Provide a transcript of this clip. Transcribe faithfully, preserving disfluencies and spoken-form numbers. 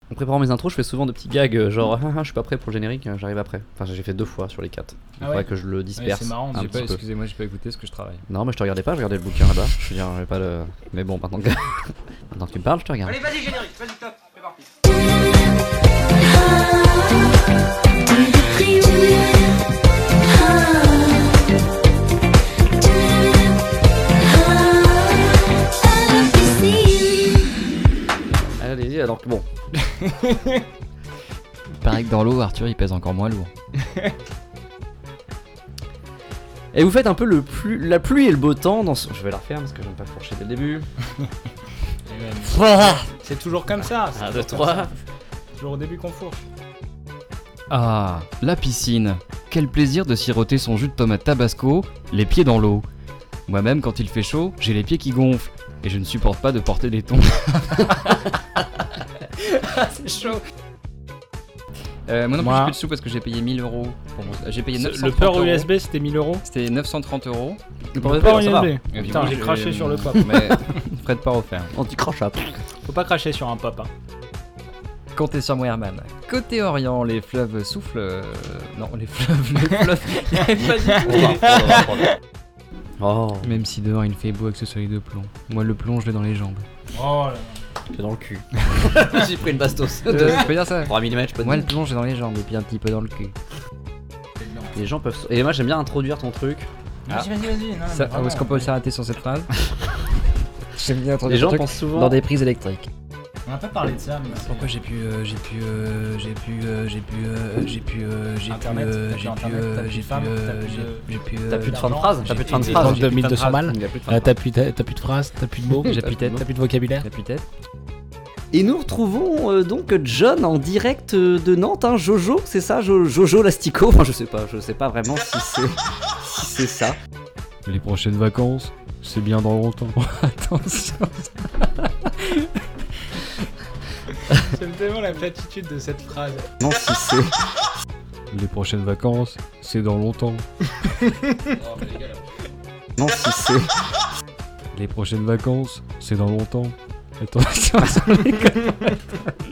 En préparant mes intros, je fais souvent de petits gags euh, genre ah, ah, je suis pas prêt pour le générique, j'arrive après. Enfin, j'ai fait deux fois sur les quatre. Il Ah faudrait ouais. que je le disperse. Ouais, c'est marrant, un j'ai petit pas, peu. excusez-moi, j'ai pas écouté ce que je travaille. Non, mais je te regardais pas, je regardais le bouquin là-bas. Je veux dire, j'avais pas le. Mais bon, maintenant que, maintenant que tu me parles, je te regarde. Allez, vas-y, générique, vas-y, top, c'est parti. Allez, alors que bon. Il paraît que dans l'eau, Arthur il pèse encore moins lourd. Et vous faites un peu le plus, la pluie et le beau temps dans ce... Je vais la refaire parce que j'aime pas fourcher dès le début. C'est toujours comme ça. un, deux, trois. Toujours au début qu'on fourche. Ah, la piscine. Quel plaisir de siroter son jus de tomate tabasco, les pieds dans l'eau. Moi-même, quand il fait chaud, j'ai les pieds qui gonflent. Et je ne supporte pas de porter des tons. C'est chaud. Euh, moi non plus, Moi- j'ai plus de sous parce que j'ai payé mille euros. Pour mon... J'ai payé neuf cent Le trente port euros. U S B c'était mille euros. C'était neuf cent trente euros. Le Le port port U S B, ça va. U S B. Et puis Putain, moi, j'ai craché sur le pop. Mais frais de port offert. Anti-crachat. Faut pas cracher sur un pop. Hein. Comptez sur moi, Herman. Côté Orient, les fleuves soufflent. euh, Non, les fleuves, les fleuves. Il y avait pas du tout. Oh, Même si dehors il fait beau avec ce soleil de plomb. Moi, le plomb, je l'ai dans les jambes. Oh là. c'est dans le cul. J'ai pris une bastos. Euh, je peux dire ça. trois millimètres, je peux te Moi, le dire. plomb, j'ai dans les jambes et puis un petit peu dans le cul. Les gens peuvent. Et moi, j'aime bien introduire ton truc. Vas-y, vas-y, vas-y. Non, Ça, mais vraiment, où est-ce qu'on peut s'arrêter sur cette phrase? J'aime bien Les gens pensent souvent. dans des prises électriques. On a pas parlé de ça, mais Pourquoi j'ai pu, euh, j'ai pu, euh, j'ai pu, euh, j'ai pu, euh, j'ai pu, euh, j'ai pu, Internet, euh, t'as plus j'ai pu, Internet, euh, t'as plus j'ai de pu, femmes, euh, t'as plus j'ai- de- j'ai pu, euh, T'as plus de fin de d'argent, phrase. T'as j'ai plus de fin de payé phrase. trente-deux j'ai plus de mille fin de deux cents phrase. balles. Il y a plus de fin Euh, de t'as phrase. plus, t'as, t'as plus de phrases, t'as plus de mots, J'appuie-tête. t'as plus de vocabulaire. J'appuie tête. Et nous retrouvons euh, donc John en direct euh, de Nantes, hein, Jojo, c'est ça, Jo- Jojo Lastico. Enfin, je sais pas, je sais pas vraiment si c'est si c'est ça. Les prochaines vacances, c'est bien dans longtemps. Attention. J'aime tellement la platitude de cette phrase. Non, si c'est. Les prochaines vacances, c'est dans longtemps. Non, si c'est. Les prochaines vacances, c'est dans longtemps. Attention, ça déconne.